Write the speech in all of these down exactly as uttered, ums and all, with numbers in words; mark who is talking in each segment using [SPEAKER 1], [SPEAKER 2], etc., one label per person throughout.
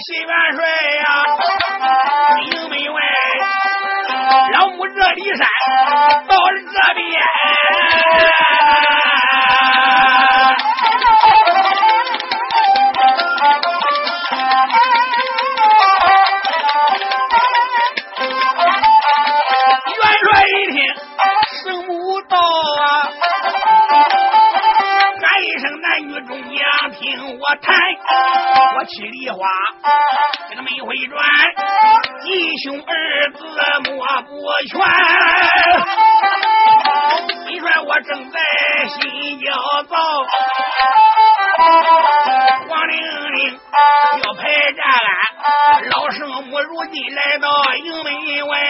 [SPEAKER 1] 西元帅呀，营门外老母这里山到了这边。元帅一听圣母到啊，喊一声男女中将听我谈，我七里花这个没回转，义兄儿子莫不全。你说我正在心焦躁，黄玲玲要排战鞍，老圣母如今来到营门外，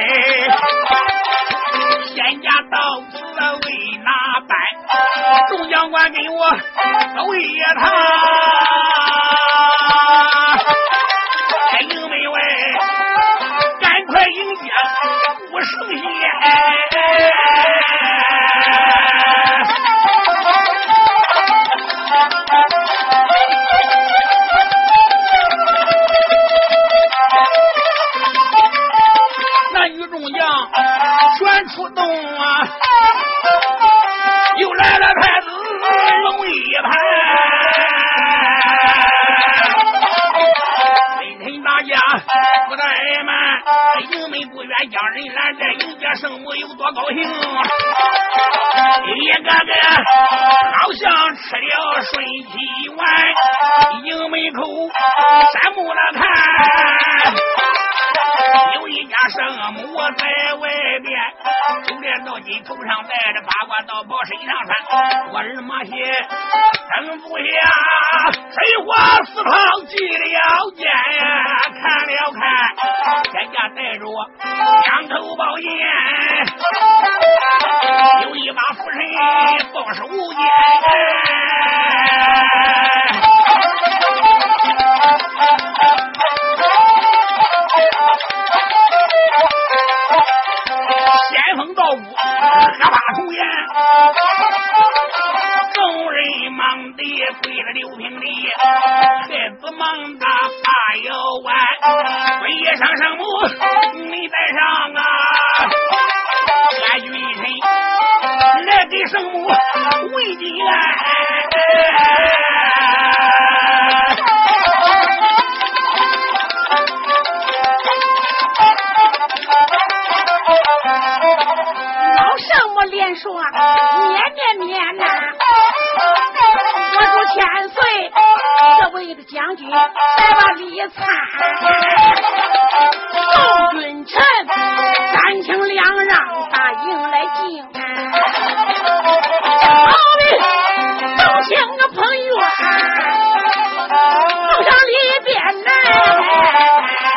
[SPEAKER 1] 仙家到此为哪般？众将官给我为他在营门外赶快迎接武圣仙。那女众将全出动啊，又来了太子龙一盘。微臣大家不怠慢，营门不远将人拦在迎接圣母有多高兴，一个个好像吃了顺气丸，营门口山木了看，有一家圣母在外边，九连到金头上戴着八卦道宝身上穿，我儿马鞋登不下，水花四旁系了剑，看了看天家带着我两头宝剑，有一把斧身抱手剑，仙风道骨合把重言，众人忙地跪了六平地，孩子忙打怕要完，跪上圣母没带上啊，俺君臣来给圣母为敬安。
[SPEAKER 2] 老圣母连说绵绵绵呐，我主千岁，这位的将军来把礼参，众君臣三请两让，答应来敬。好的，都请个朋友，奉上里边来。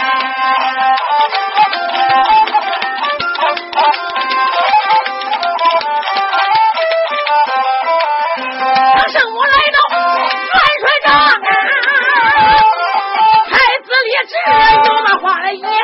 [SPEAKER 2] 圣母来到元帅帐，太子列旨有那话来言。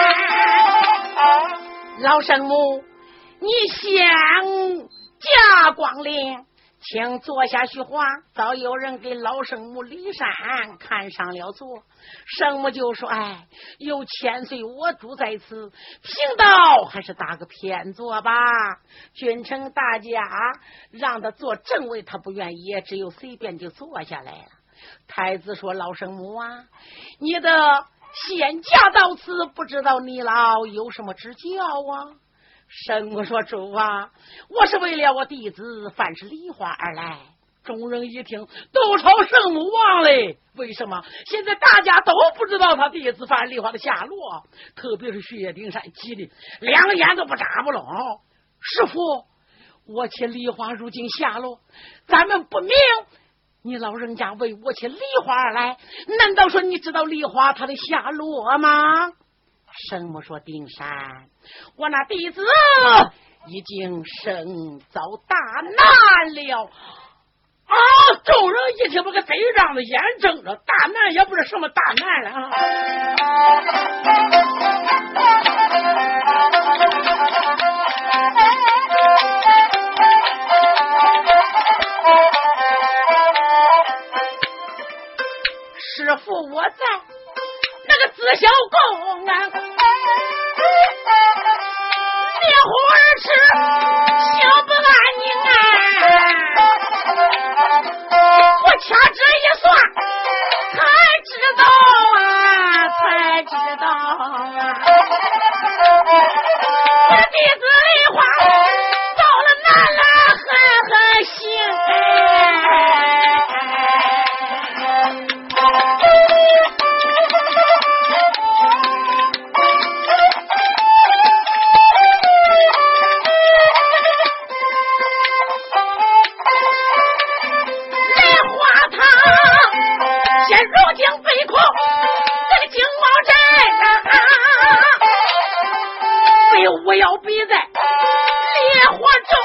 [SPEAKER 2] 老圣母，你想驾光临，请坐下叙话。早有人给老圣母李山看上了座，圣母就说：哎，有千岁我主在此，贫道还是打个偏坐吧。君臣大家让他坐正位，他不愿意，只有随便就坐下来了。太子说：老圣母啊，你的仙驾到此，不知道你老有什么指教啊？圣母说：主啊，我是为了我弟子范氏梨花而来。众人一听都朝圣母望嘞，为什么？现在大家都不知道他弟子范梨花的下落，特别是薛丁山急的两眼都不眨不拢。师父，我且梨花如今下落，咱们不明，你老人家为我且梨花而来，难道说你知道梨花她的下落吗？圣母说：丁山，我那弟子已经身遭大难了啊！众人一听，把个贼让的眼睁着，大难也不是什么大难了啊！师父我在， 那个自小公啊，烈火而吃，心不安宁啊！我掐指一算，才知道啊，才知道啊，我的弟子梨花到了南来狠狠心。如今被困这个金毛寨啊，被巫妖逼在烈火中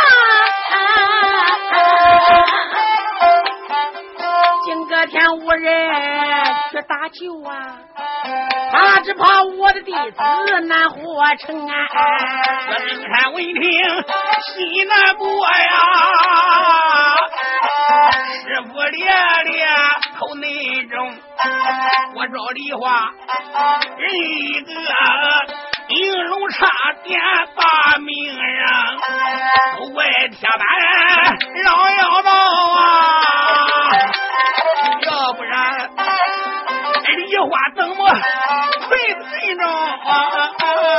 [SPEAKER 2] 啊！今个天无人去打救啊，他只怕我的弟子难活成啊！
[SPEAKER 1] 登山为听西南部呀，师傅烈烈口内中，我找梨花人一个应龙差点把命让，都怪铁板绕腰道啊，要不然梨花怎么会这种啊？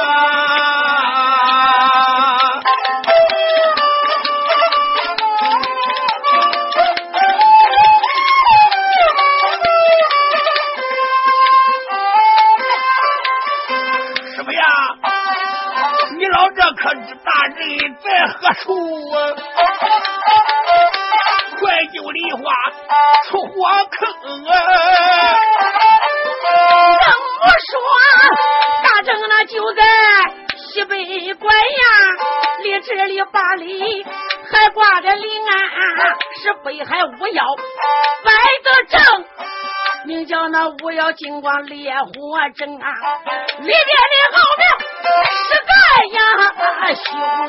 [SPEAKER 1] 可知大人在何处啊？快救梨花出火坑啊！
[SPEAKER 2] 怎么说？大正呢就在西北关呀，离这里八里，还挂着临安，是北海巫妖摆得正，名叫那巫妖金光烈火正啊，里边的奥妙实在呀凶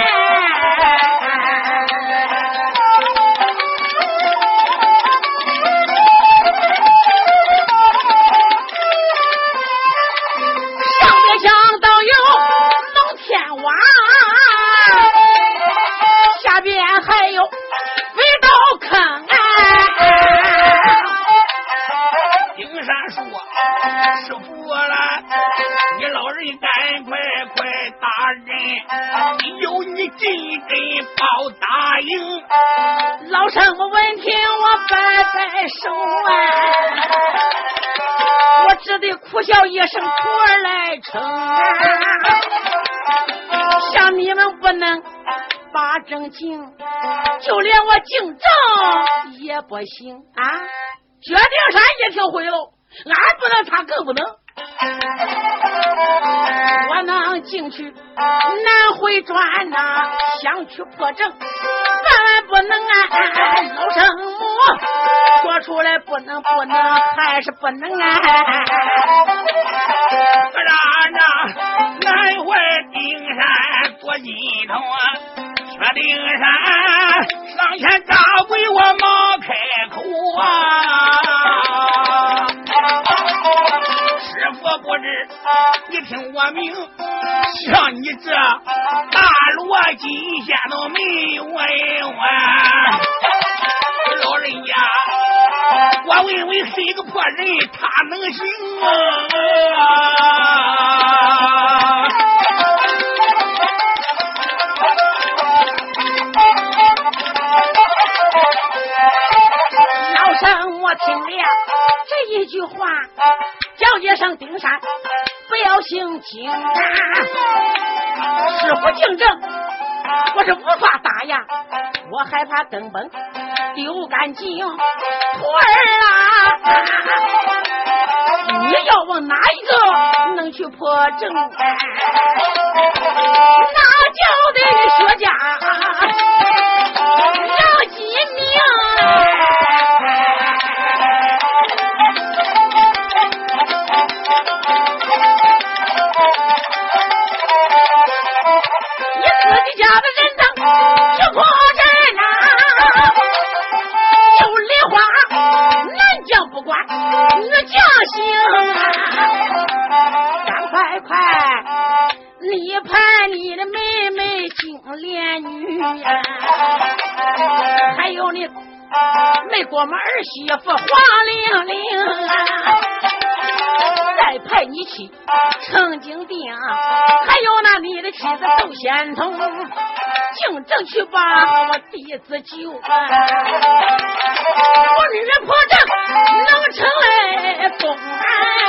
[SPEAKER 2] 上边想到有龙天王，下边还有飞刀坑啊！
[SPEAKER 1] 丁山说师傅了，你老人赶快快大人，有你进根报答应。
[SPEAKER 2] 老生我闻听我摆摆手啊，我只得苦笑一声，徒儿来称啊，像你们不能把正经，就连我竞争也不行啊！决定山一听回喽，俺不能，他更不能。我能进去难回转呐、啊，想去破阵，咱不能啊！老生母说出来不能不能，还是不能啊！
[SPEAKER 1] 可让那南怀丁山做金头啊，薛丁山上前扎跪我忙开口啊！师傅不知你听我名，像你这大逻辑线都没有完。老人家，我问问谁个破人他能行啊？
[SPEAKER 2] 老生我听了这一句话，叫一声丁山不要姓金啊！师傅竞争我是无法打呀，我害怕根本丢干净徒儿啊！你要问哪一个能去破阵，那就得薛家杨继明。你自己家的人等去破阵啊，有梨花南将不管女将行啊！ 快快，你盼你的妹妹金莲女呀，还有你没过门儿媳妇黄玲玲，再派你妻程景定，还有那你的妻子窦仙童，竞争去把我弟子救啊！我女人破阵能成来功啊！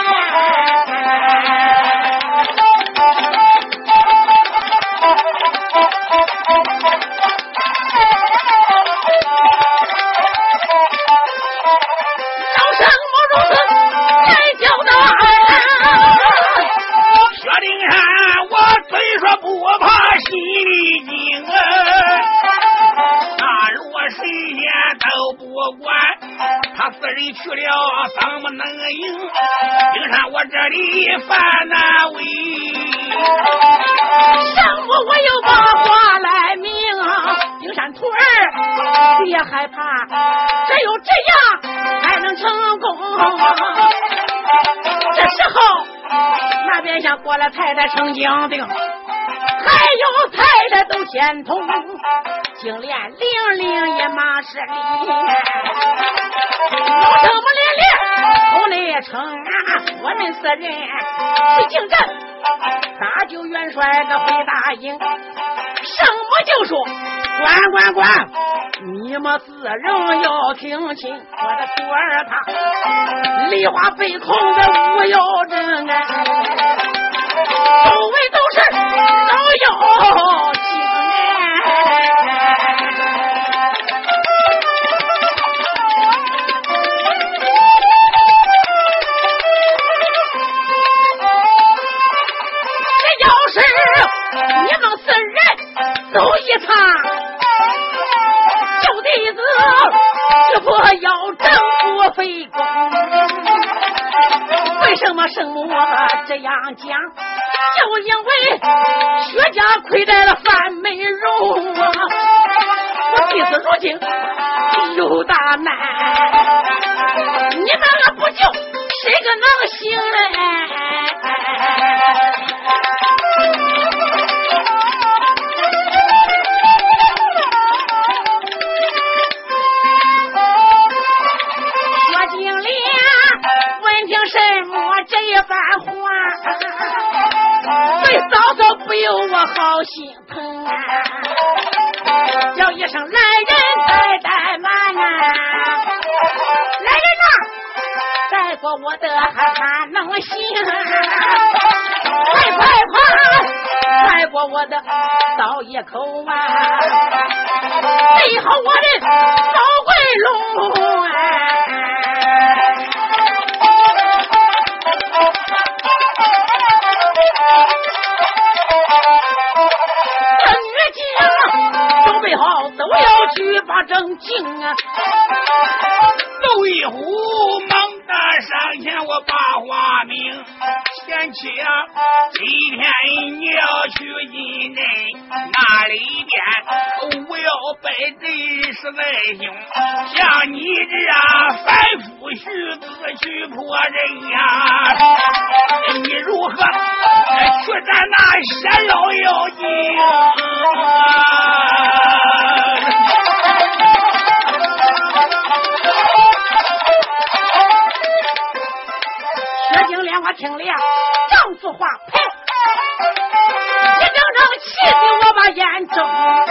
[SPEAKER 2] 老生我如此来交代，
[SPEAKER 1] 薛丁山我虽说不怕西里精啊，那若谁也都不管，他四人去了怎么能赢？丁山我这里犯难为，
[SPEAKER 2] 上午我又把话来明，丁山徒儿别害怕，只有这样才能成功。这时候那边想过来太太程景定，还有太太窦仙童，金莲玲玲也马是里，老生们连连口内称啊，我们四人去竞争，大舅元帅的回答应，圣母就说关关关，你们四人要听清，我的徒儿他梨花背空的无有真啊，周围都是老妖精这要是你们四人走一趟，旧弟子只不要正不费功。为什么圣母这样讲？就因为薛家亏待了范美容啊，我弟子如今有大难，你们不救谁个能行嘞？薛金莲闻听什么这一番话，对嫂嫂不由我好心疼啊，叫一声来人太怠慢啊，来人呐，带过我的还能行，快快快带过我的倒一口啊，备好我的宝贵龙啊，准备好都要去把正经啊，
[SPEAKER 1] 窦一虎猛地上前我把话明，前妻啊今天你要去进内，那里边我要拜这实在凶，像你这啊反复须子去破人呀，你如何去斩那些老妖精
[SPEAKER 2] 薛金莲我听了丈夫话，呸！一整整气得我把眼睁啊！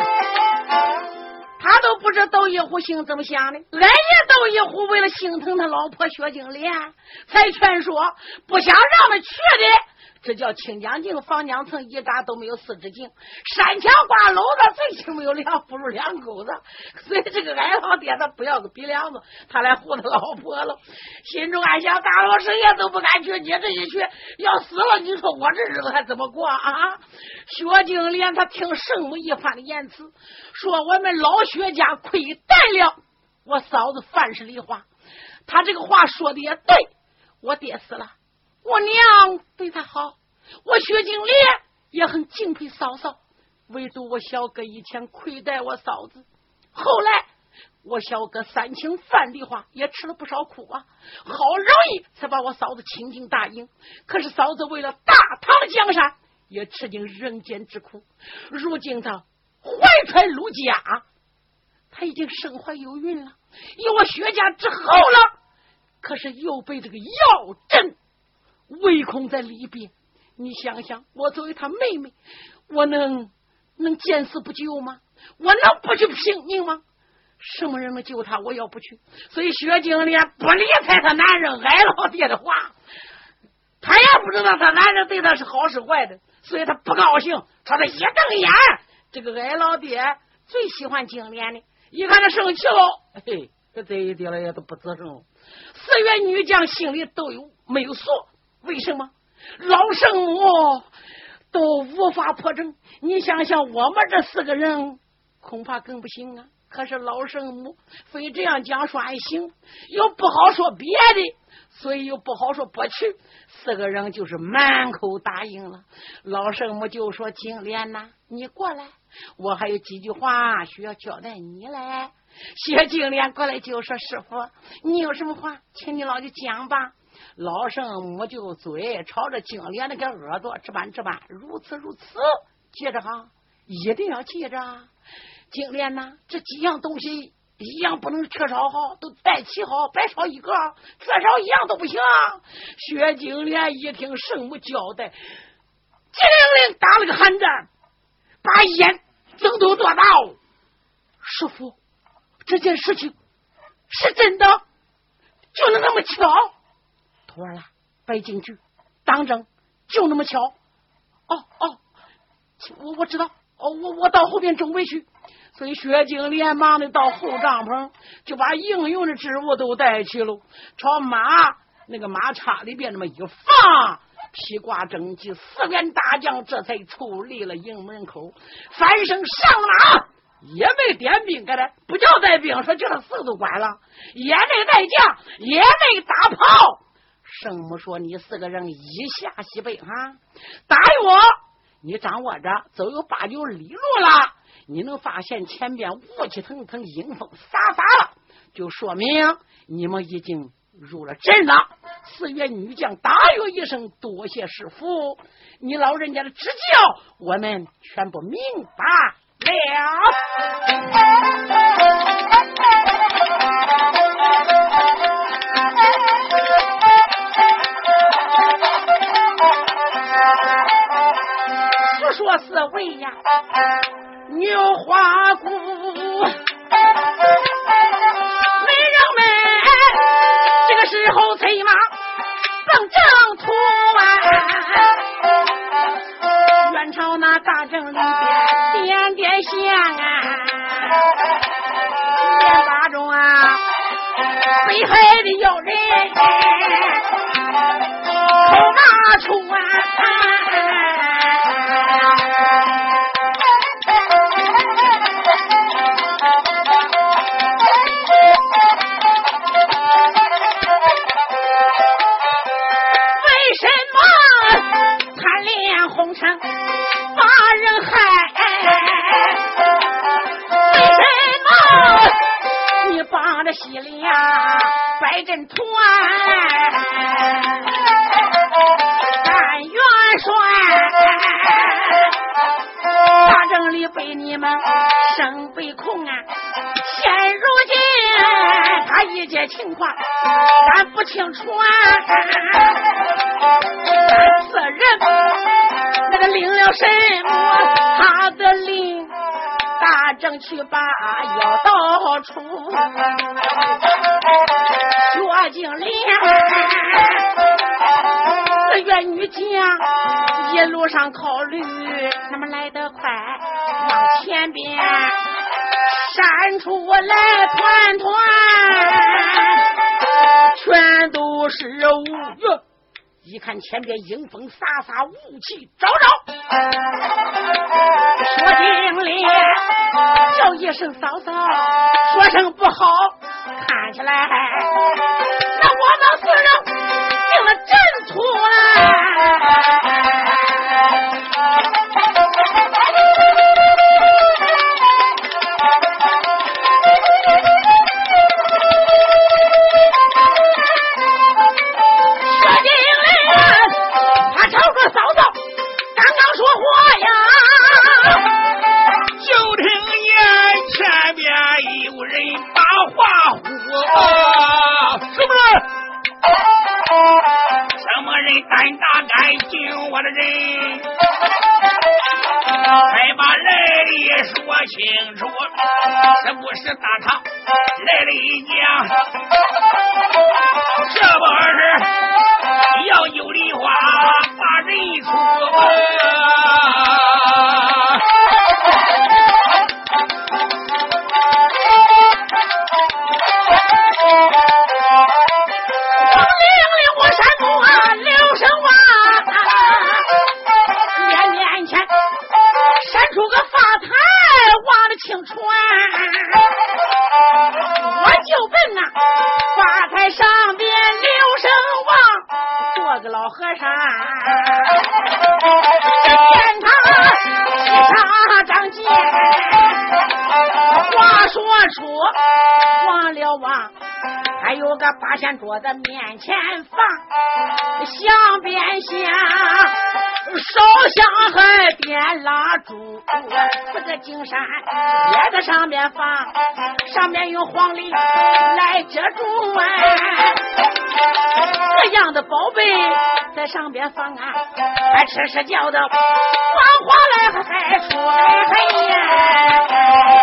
[SPEAKER 2] 他都不知窦一虎心怎么想的，俺也窦一虎为了心疼他老婆薛金莲，才劝说不想让他去的。这叫清江镜、房江层一扎都没有四只井，山墙挂篓子，最轻没有两不如两钩子。所以这个矮老爹他不要个鼻梁子，他来护他老婆了。心中暗想：大老师爷都不敢去，接着一去要死了，你说我这日子还怎么过啊？薛金莲他听圣母一番的言辞，说我们老薛家亏待了我嫂子范氏梨花，他这个话说的也对，我爹死了，我娘对他好，我薛金莲也很敬佩嫂嫂，唯独我小哥以前亏待我嫂子，后来我小哥三请饭的话也吃了不少苦啊，好容易才把我嫂子亲进大营，可是嫂子为了大唐江山也吃尽人间之苦，如今他怀揣陆家，他已经身怀有孕了，有我薛家之后了，可是又被这个药阵围困在里边。你想想，我作为他妹妹，我能能见死不救吗？我能不去拼命吗？什么人能救他，我要不去。所以薛金莲不理睬他男人矮老爹的话，他也不知道他男人对他是好是坏的，所以他不高兴，朝他一瞪眼。这个矮老爹最喜欢金莲的，一看他生气了，嘿，这这一点了也都不吱声。四月女将心里都有没有数，为什么老圣母都无法破阵？你想想，我们这四个人恐怕更不行啊。可是老圣母非这样讲说还行，又不好说别的，所以又不好说不去，四个人就是满口答应了。老圣母就说：金莲呐，你过来，我还有几句话需要交代你来。薛金莲过来就说：师傅，你有什么话请你老就讲吧。老圣母就嘴朝着金莲那个耳朵这般这般，如此如此，接着哈，一定要记着。金莲呐，这几样东西一样不能缺少好，都带齐好，白少一个，缺少一样都不行。薛金莲一听圣母交代，金铃铃打了个寒战，把眼睁都多大。师傅，这件事情是真的，就能那么巧？徒儿啦，白进去当真就那么巧？哦哦，我我知道，哦，我我到后边准备去。所以薛金莲忙的到后帐篷，就把应用的职务都带去了，朝马那个马叉里边那么一放，披挂整齐，四员大将这才矗立了营门口，翻身上马，也没点兵，给他不叫带兵，说叫他四都管了，也没带将，也没打炮。圣母说：你四个人以下西北哈，打我，你掌握着走有八九里路了，你能发现前边雾气腾腾，阴风飒飒了，就说明你们已经入了阵了。四员女将大哟一声：多谢师傅，你老人家的指教我们全部明白了。实说四位呀，女花姑这个时候催马奔正途啊，远朝那大阵里边点点香啊，眼巴中啊北海的妖人口马出啊，把人害，为什么你帮着西凉摆阵团？但元帅大阵里被你们生被控啊！现如今他一切情况咱不清楚啊！此人那个领了什么？他的令大正去把要到处，薛金莲四员女将一路上考虑，他们来得快，往前边闪出来团团，全都是五月。一看前边迎风飒飒，雾气昭昭，说金莲叫一声嫂嫂，说声不好，看起来那我们四人进了阵图了。
[SPEAKER 1] 人胆大敢救我的人，快把来历说清楚，是不是大唐来了一将？这不是要有梨花把人出
[SPEAKER 2] 王令令我山木啊刘声望，两年前闪出个发台望着清川，我就奔啊发台上边刘声望做个老和尚，只见他七杀仗剑，话说出忘了忘，还有个八仙桌在面前放，香边香，烧香还点蜡烛，这个金山也在上面放，上面用黄梨来遮住啊，这样的宝贝在上边放啊，还吃吃叫的黄花来还出来黑呀。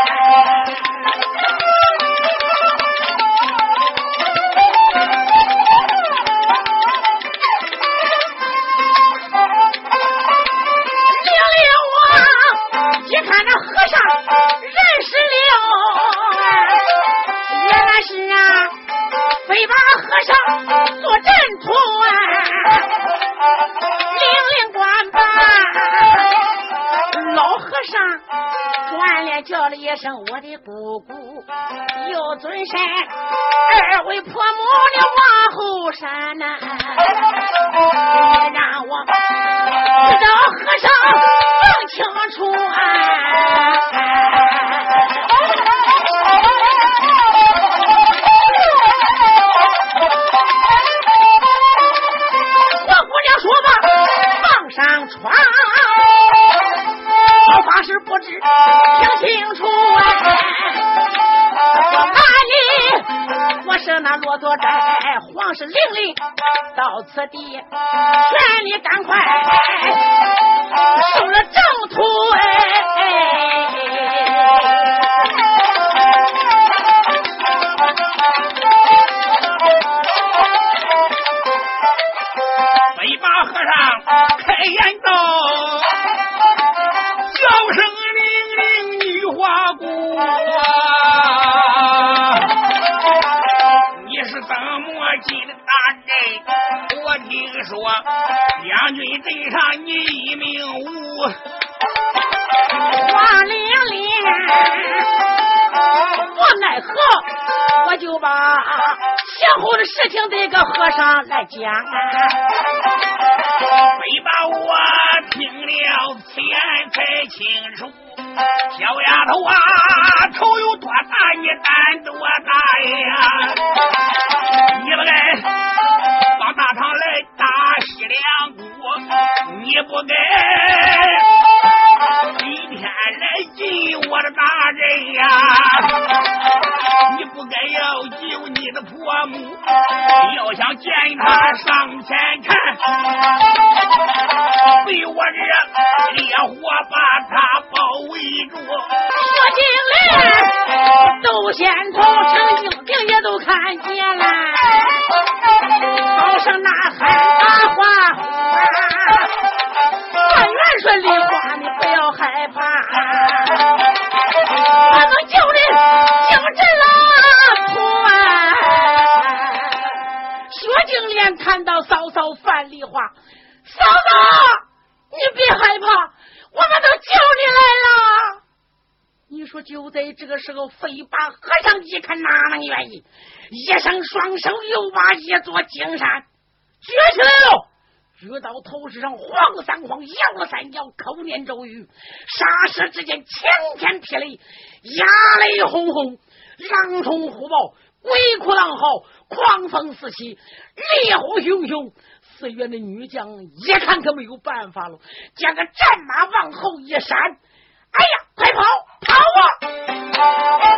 [SPEAKER 2] 叫了一声我的姑姑，又尊神二位婆母的往后山呐、啊，你让我知道和尚更清楚啊。我姑娘说吧，放上床，老法师不知听清楚啊！我看你，我是那骆驼寨皇室令令，到此地，劝你赶快受了正途哎！
[SPEAKER 1] 北巴和尚开言道。叫声玲玲女花姑啊，你是怎么进的大阵？我听说将军镇上你一名无
[SPEAKER 2] 王玲玲，我奈何我就把前后的事情对个和尚来讲啊。
[SPEAKER 1] 没把我听了此言才清楚，小丫头啊，头有多大你胆多大呀？你不该往大堂来打西凉鼓，你不该今天来进我的大人呀，你不该要救你的婆母，要想见他上前看，被我这烈火把他包围住。
[SPEAKER 2] 说金莲窦仙头成硬病也都看见了，高声呐喊大话话，但愿说梨花你不要害怕，我能救你精神了土啊！薛金莲看到嫂嫂范梨花，嫂嫂你别害怕，我们都救你来了。你说就在这个时候，飞把和尚一看哪能愿意，一伸双手又把一座金山举起来了，举到头上晃了三晃，摇了三摇，口念咒语，霎时之间晴天霹雳，鸦雷轰轰，狼虫虎豹，鬼哭狼嚎，狂风四起，烈火熊熊。四员的女将一看可没有办法了，将个战马往后一闪，哎呀，快跑跑啊！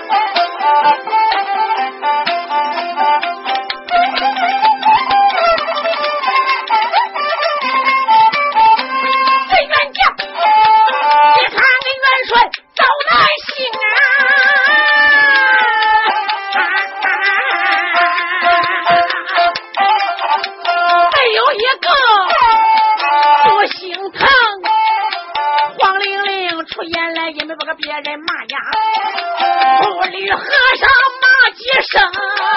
[SPEAKER 2] 别人骂呀，不理和尚骂几声。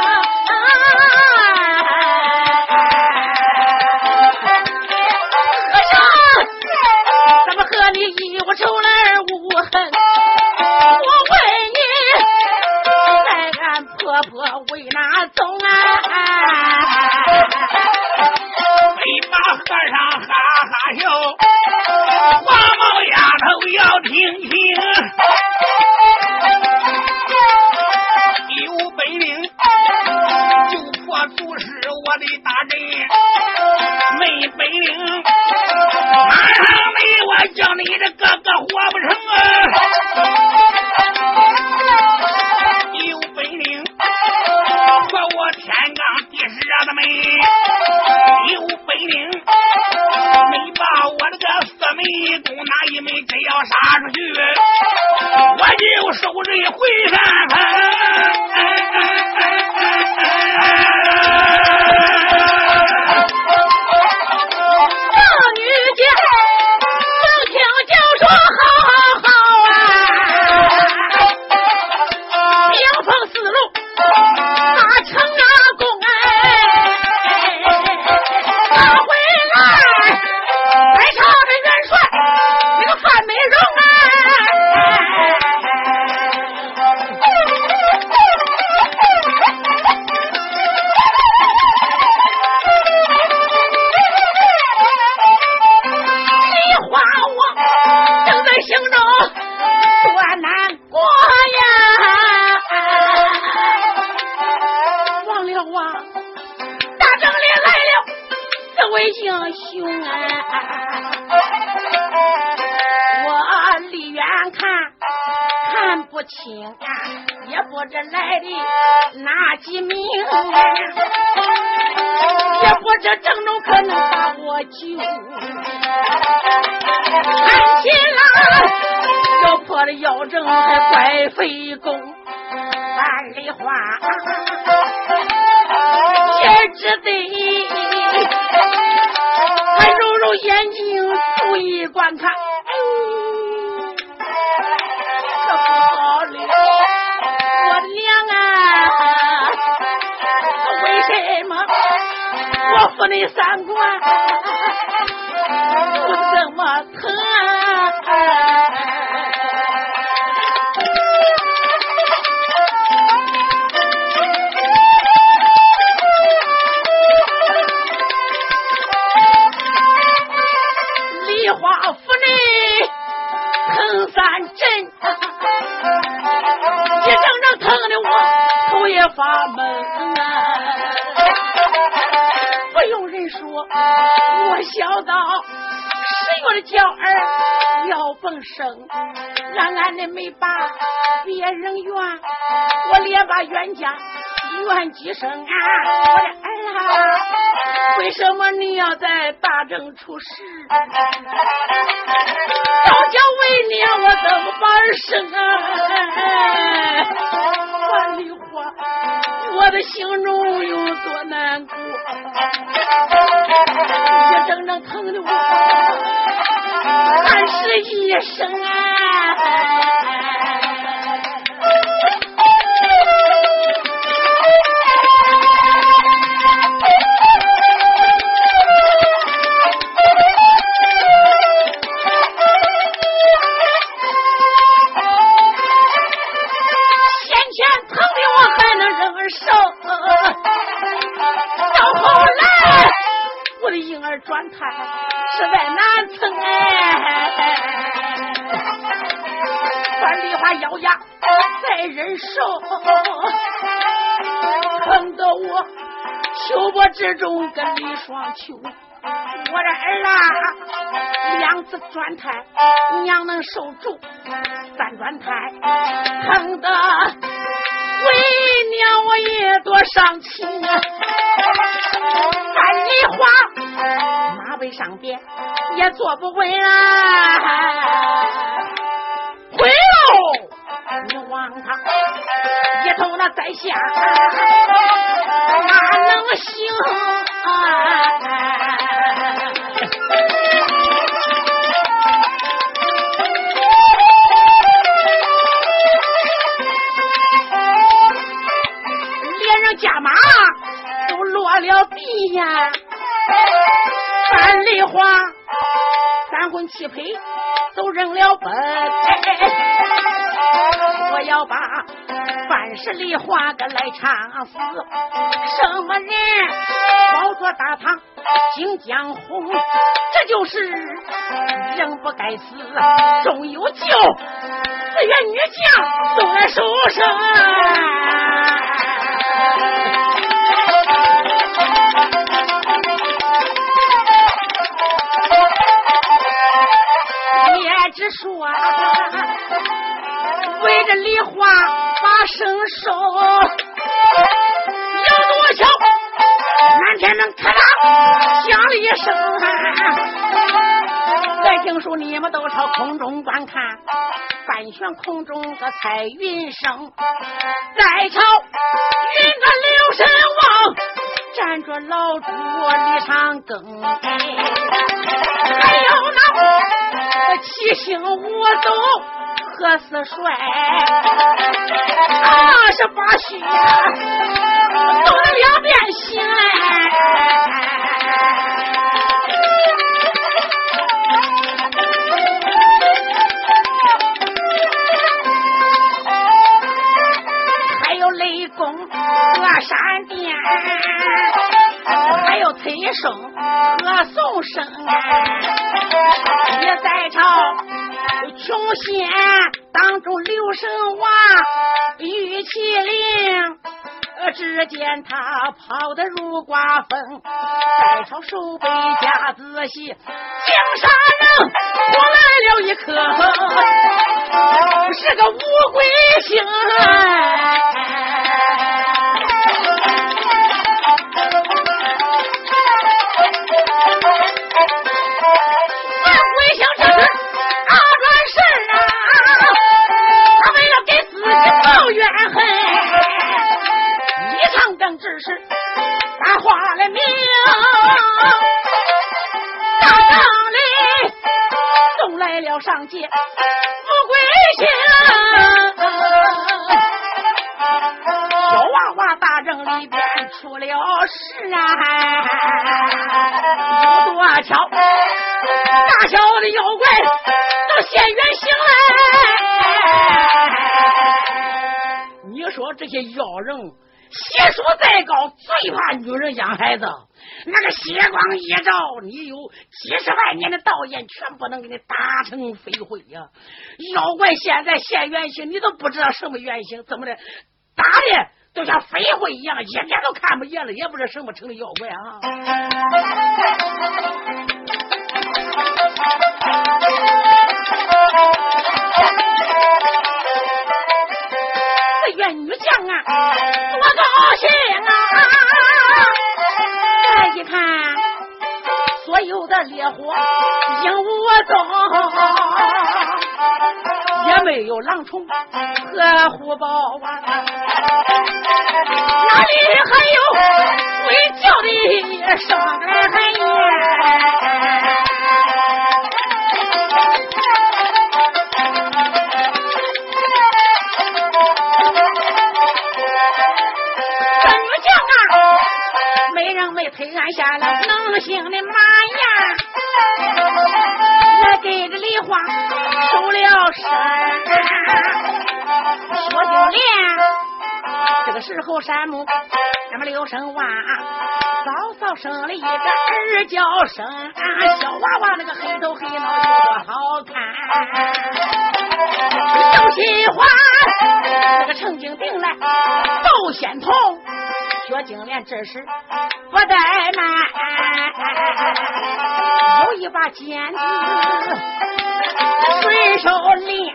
[SPEAKER 2] 和尚，怎么和你一无仇来无恨？我问你，在俺婆婆为哪走啊？
[SPEAKER 1] 没把和尚哈哈笑，黄毛丫头要听清，有本领就破毒是我的大阵，没本领马上没我叫你这个个活不成啊！有本领破我天罡地势的门，有本领没把我这个四门弓那一门真要杀出去，我就收人回山峰。
[SPEAKER 2] 这女家正听就说好好好啊，兵锋四路大成啊公哎，打回来来朝的元帅那个范美荣啊，梨花我正在心中多难过呀。忘了啊，大城里来了这位英雄啊，我离远看看不清啊，也不知来的哪几名啊，也不知郑州可能把我救，看起来要破了药证还怪费工，万里花也只得还揉揉眼睛注意观看，哎，这不好了，我的娘啊，为什么我父的三观不这么疼啊？梨花府内疼三阵，一阵阵疼的我头也发闷啊！不用人说，我小到十月的娇儿要蹦生，俺俺的没把别人怨，我连把冤家怨几声啊！我的儿啊，为什么你要在大郑出事？早教为你我怎么办生啊？万里花，我的心中有多难过，也整整疼的我三十一生啊！转胎实在难撑哎，范梨花咬牙再忍受，坑得我秋波之中跟李双秋，我的儿啊，两次转胎娘能受住，三转胎坑得为娘我也多伤情啊！范梨花马背上边也坐不稳啊！回喽！你望他一头那在下，哪能行啊？ 花三魂七魄都扔了本，我要把范氏梨花个来唱死。什么人宝座大堂金江红，这就是人不该死，终有救。四员女将都来收声，也只说围着梨花把生收，有多巧满天能咔嗒响了一声，再听说你们都朝空中观看，半悬空中个彩云生，在朝云个刘神王站着老主李长庚，还有那七星五斗何四帅，二十八须都能两边行还有雷公和闪电，还有崔生和宋生，也在朝穷仙当中刘神王玉麒麟，只见他跑得如刮风，在朝手背夹仔细，江山人我来了一颗是个乌龟星，乌龟星这是大转身啊，他为了给自己报怨恨，李长庚只是把话来明，大堂里送来了上界富贵星，小娃娃大阵里边出了事啊，有多巧大小的妖怪都现原形来，你说这些妖人邪术再高，最怕女人养孩子，那个血光一照，你有几十万年的道眼全部能给你打成飞灰呀、啊！妖怪现在现原形，你都不知道什么原形，怎么的打的都像飞灰一样，一点都看不见了，也不知道什么成了妖怪啊！这员女将啊，多高兴啊！再一看，所有的烈火影无踪，也没有狼虫和虎豹啊，哪里还有鬼叫的声来还呀？推按下了能行的马呀，来给这梨花收了身。薛丁莲这个时候山姆咱们刘生娃早早生了一个儿叫声，小娃娃那个黑头黑脑有多好看，正喜欢这个程景定来窦仙童，薛丁莲这时不怠慢，有一把剪子顺手拎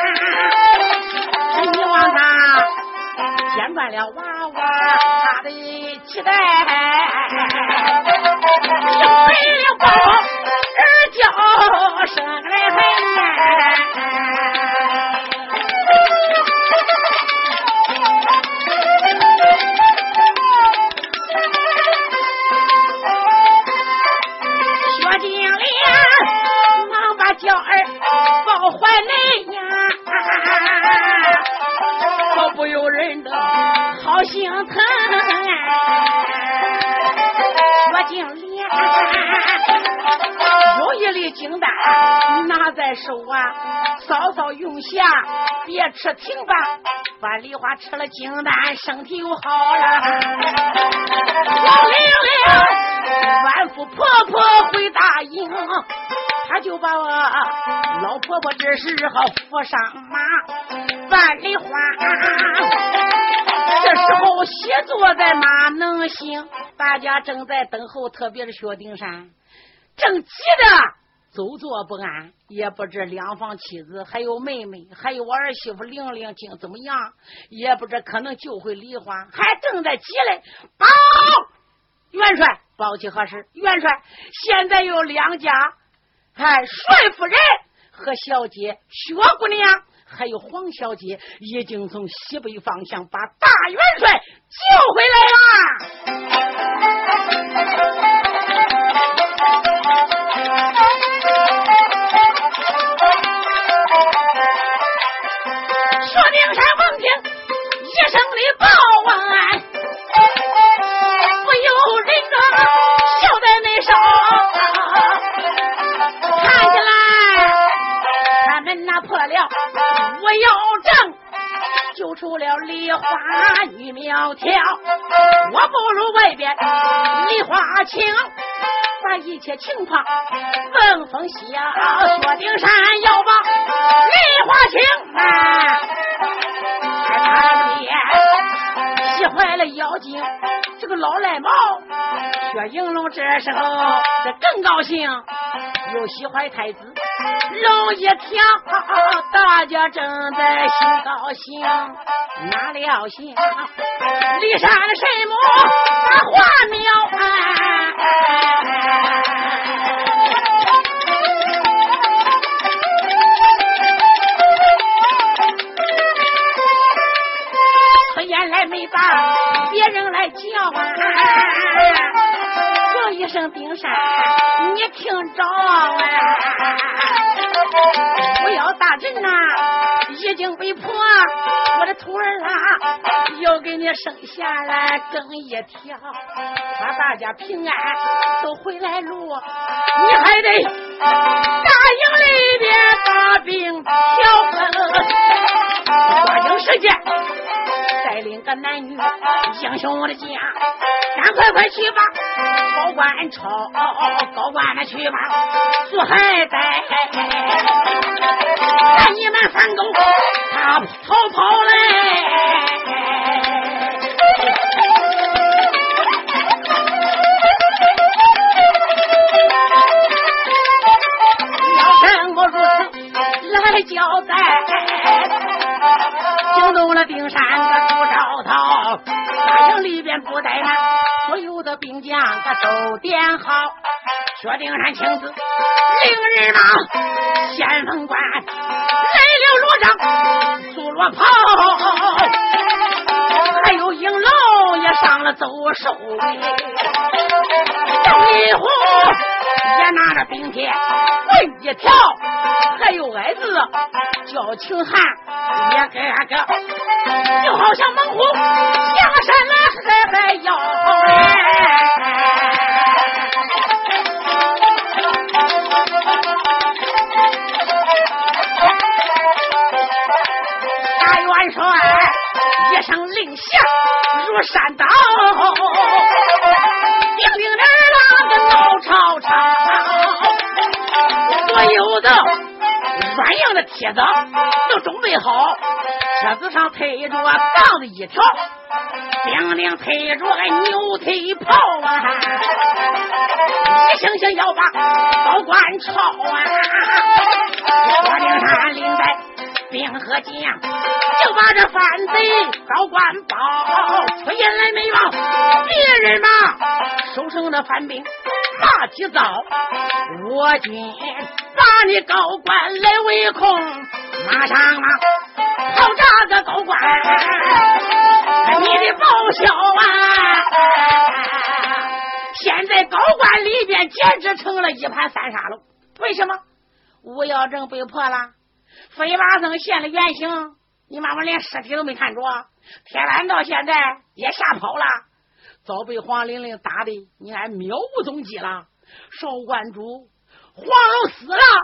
[SPEAKER 2] 啊，你望他剪断了娃娃他的脐带，又为了抱儿叫生来还叫儿抱怀内呀，可不由人的好心疼。薛金莲拿在手啊，稍稍用下，别吃停吧。范梨花吃了金丹，身体又好了。王玲玲，万夫婆婆会答应，他就把我老婆婆这时候扶上马。范梨花这时候写坐在马能行，大家正在等候，特别是薛丁山正急得走坐不安，也不知两房妻子还有妹妹还有我儿媳妇玲玲竟怎么样，也不知可能就会梨花，还正在急嘞。报元帅，报起何事？元帅，现在有两家，哎，帅夫人和小姐薛姑娘还有黄小姐已经从西北方向把大元帅救回来了。薛丁山闻听一声的报完，不由人着笑在内上，看起来他们那破了我要正救出了梨花女苗条，我不如外边梨花情，把一切情况问风笑。薛丁山要把梨花情啊，还他的脸气坏了妖精这个老赖毛。薛应龙这时候这更高兴，又喜坏太子龙一条，大家正在心高兴，哪料想骊山神母把话苗啊，他原来没把别人来叫啊，叫一声丁山你听着啊，不要大阵呐，已经被迫我的徒儿啊要给你生下来更一条，怕大家平安都回来路，你还得大营里边把兵调分，抓紧时间带领个男女英雄的家，赶快快去吧，高官抄高官的去吧，苏海带看你们三狗他逃跑嘞。要真我如此来交代，惊动了丁山个朱兆涛，大营里边不怠慢，所有的兵将个都点好，薛丁山亲自令人马先锋官来了罗帐苏罗炮，还有影龙也上了走手，邓一虎也拿着兵铁棍一条，还有矮子叫秦汉也个个就好像猛虎下山了还还要大元帅一声令下如山倒，兵兵人拉个闹吵吵，所有的软硬的铁子都准备好，车子上推着杠子一条，兵丁推着个牛腿炮啊，一星星要把高官抄啊，薛丁山领带兵和将就把这反贼高官报，出言来没忘别人嘛，手上的反兵大起早，我军把你高官来围控，马上嘛炮炸个高官你的报销啊，现在高官里边简直成了一盘三杀了。为什么？吴耀正被破了，飞马僧现了原形，你妈妈连尸体都没看着，铁兰到现在也吓跑了，早被黄玲玲打的你还渺无踪迹了，少观主黄龙死了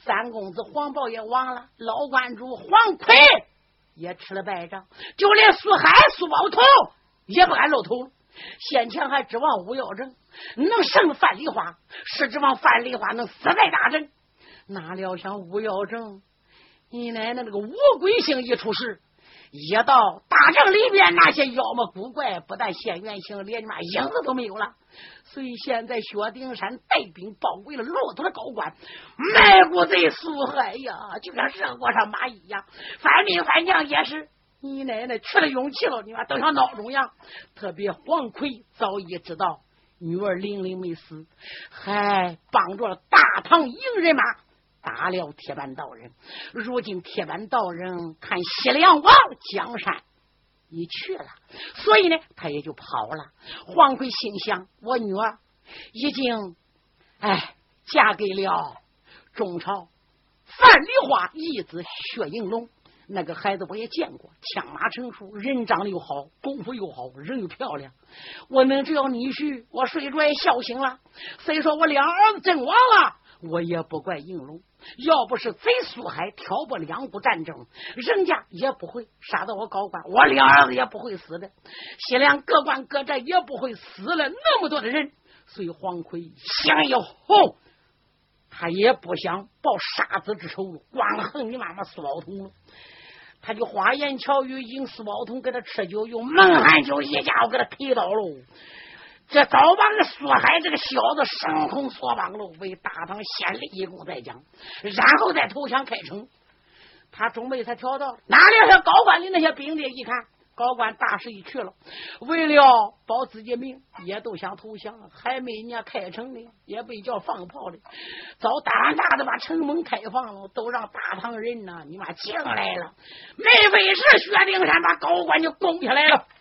[SPEAKER 2] 三公子黄豹也亡了，老关主黄奎也吃了败仗，就连苏海苏宝头也不敢露头。先前还指望吴耀正能胜范梨花，是指望范梨花能死在大阵，哪料想吴耀正你奶奶那个五鬼星一出世，一到大阵里边，那些妖魔古怪不但现原形，连嘛影子都没有了。所以现在薛丁山带兵包围了骆驼的高官，卖国贼苏海呀，就像热锅上蚂蚁一样。反兵反将也是，你奶奶去了勇气了，你妈都像孬种样。特别黄奎早已知道女儿玲玲没死，还帮助了大唐营人马打了铁板道人。如今铁板道人看西凉王江山已去了，所以呢他也就跑了。黄奎心想，我女儿已经哎嫁给了中朝范梨花义子薛应龙，那个孩子我也见过，枪马成熟，人长得又好，功夫又好，人又漂亮。我能只要女婿，我睡着也笑醒了。虽说我两儿子阵亡了，我也不怪应龙，要不是贼苏海挑拨两股战争，人家也不会杀到我高官，我两儿子也不会死的，西凉各关各寨也不会死了那么多的人。所以黄奎想以后他也不想报杀子之仇了，光恨你妈妈苏宝通了。他就花言巧语引苏宝通给他吃酒，用蒙汗酒一家伙给他推倒喽。这早把这苏海这个小子生恐索绑喽，为大唐先立一功再讲，然后再投降开城。他准备才调到哪里？他高官里那些兵力一看，高官大势已去了，为了保自己命，也都想投降，还没人家开城呢，也被叫放炮的，早大大的把城门开放了，都让大唐人呢，你妈进来了。没费事，薛丁山把高官就攻下来了。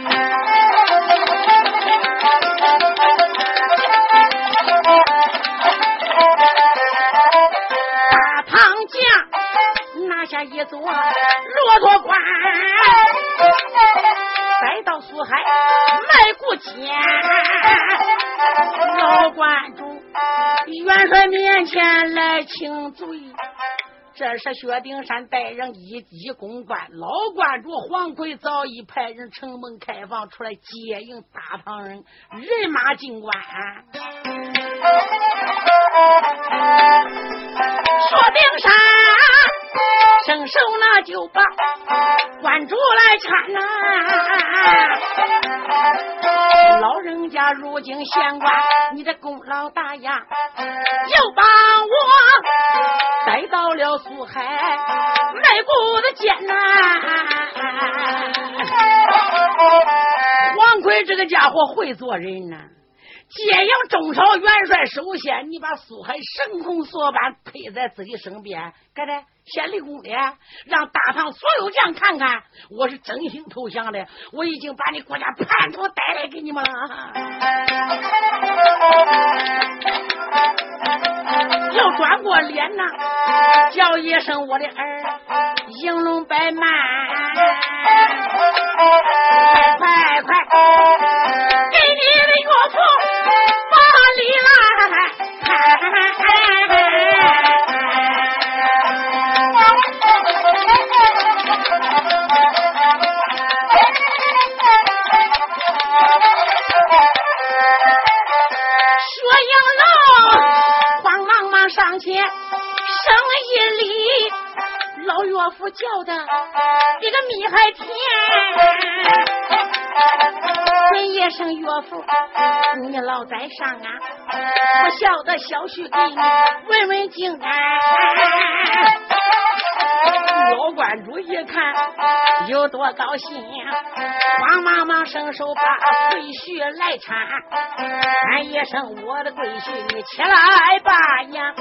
[SPEAKER 2] 大唐将拿下一座骆驼关，再到苏海卖国间，老关主元帅面前来请罪。这是薛丁山带人一一攻关，老关主黄奎早已派人城门开放出来接应大唐人，人马进关。薛丁山伸手那就把关主来搀呐，老人家如今县官，你的功劳大呀，又把我带到了苏海卖国的艰难。黄奎这个家伙会做人呐、啊，接应中朝元帅，首先你把苏海神空索板配在自己身边，该得先立功的，让大唐所有将看看我是真心投降的，我已经把你国家叛徒带来给你们了。又转过脸呐，叫一声我的儿应龙白曼，快快快给你的岳父把礼来。薛应龙慌忙忙上前生一礼，老岳父叫的这个米还甜，问一声岳父你老在上啊，我小的小婿给你问问静安。老关主一看有多高兴，慌忙忙伸手把贵婿来搀，喊一声我的贵婿你起来吧呀，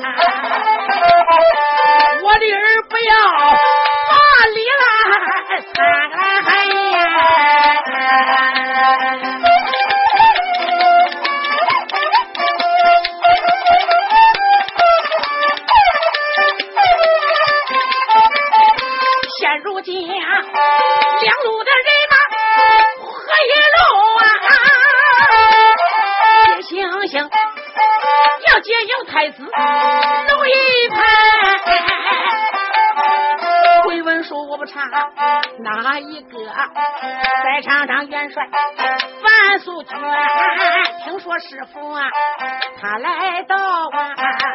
[SPEAKER 2] 我的儿不要把礼来参呀。现如今两路的人马合一路啊，也想想要接应太子弄一盘， 我不查哪一个，在场上元帅范素娟，听说师傅啊他来到啊，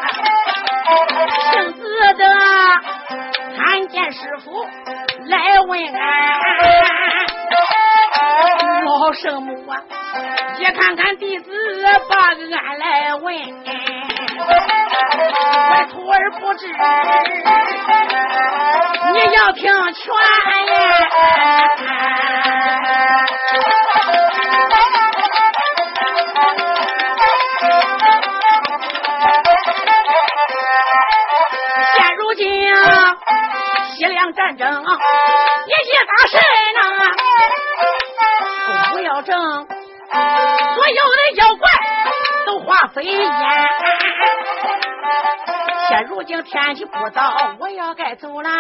[SPEAKER 2] 亲自的看见师傅来问俺，老圣母啊也看看弟子把俺来问，我徒儿不知你要听劝呀，现如今西凉战争一些大事呢不要争，所有的妖怪都化飞烟，现如今天气不早，我要该走了，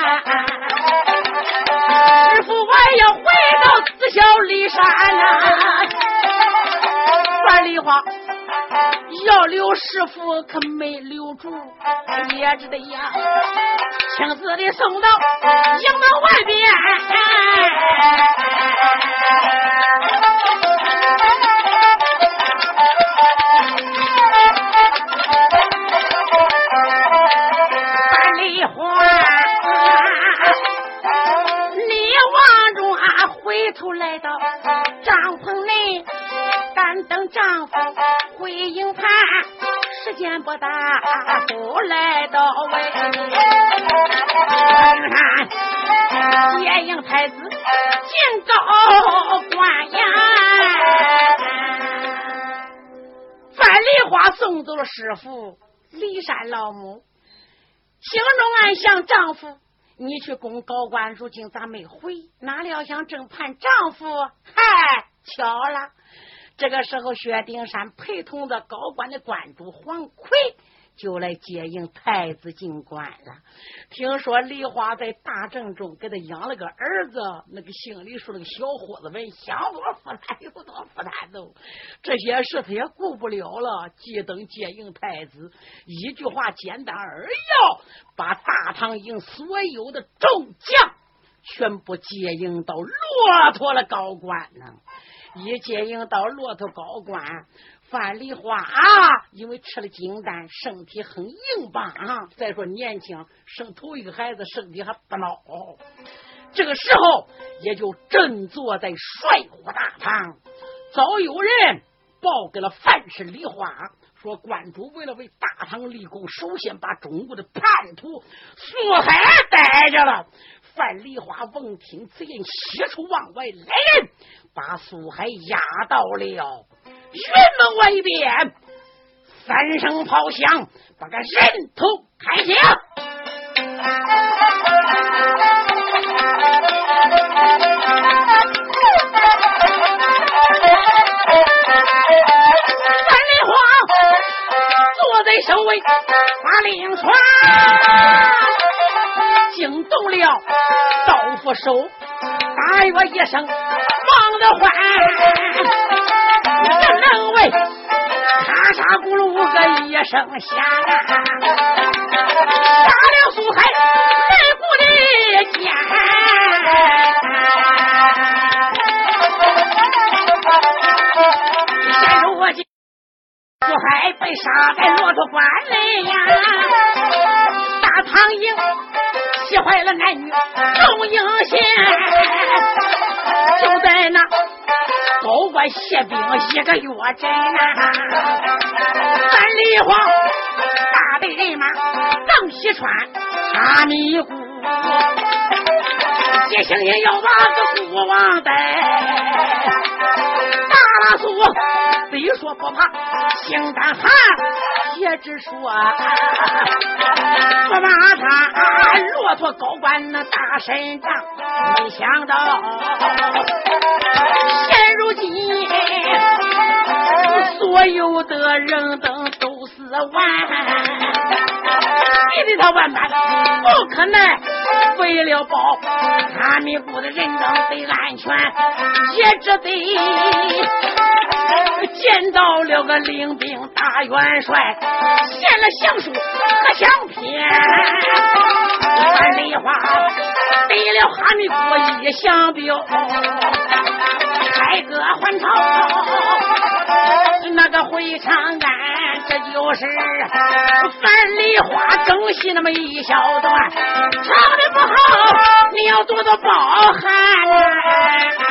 [SPEAKER 2] 师傅我要回到紫霄骊山啊，范梨花要留师傅可没留住，也只得呀亲自的送到营门外边，范梨花你望中啊回头来到帐篷内，但等丈夫回营盘，时间不大都来到位，看接应太子进高官呀，范梨花送走了师傅骊山老母，心中暗想丈夫你去攻高官，如今咋没回？哪料想正盼丈夫，嗨，巧了！这个时候，薛丁山陪同着高官的关主黄奎就来接应太子进关了。听说梨花在大阵中给他养了个儿子，那个姓李说那个小伙子们想多负担有多负担走，这些事他也顾不了了，即等接应太子。一句话简单而要把大唐营所有的众将全部接应到骆驼了高官呢。一接应到骆驼高官，范梨花啊，因为吃了金丹，身体很硬棒啊。再说年轻，生头一个孩子，身体还不孬。这个时候，也就正坐在帅府大堂，早有人报给了范氏梨花，说关主为了为大唐立功，首先把中国的叛徒苏海逮着了。范梨花闻听此言，喜出望外，来人把苏海押到了云门外边，三声炮响，把个人头开枪。范梨花坐在首位，把令传惊动了刀斧手，大约一声忙得欢，人能为咔嚓咕噜个一声响，杀了苏海来骨的剑，现如今苏海被杀在骆驼关内呀，大唐营气坏了男女众英贤，就在那高官谢兵一个月阵啊，范梨花大队人马邓西川哈密谷，接星爷要把个国王带，大拉苏虽说不怕心胆寒，也只说不把他骆驼高官那大身仗，没想到现如今所有的人等都死完，逼得他万般不可能，为了保哈密谷的人等得安全，也只得见到了个领兵大元帅，献了降书和相片，范梨花得了哈我一想表，开歌还朝，那个会唱干，这就是樊梨花正戏那么一小段，唱的不好，你要多多包涵。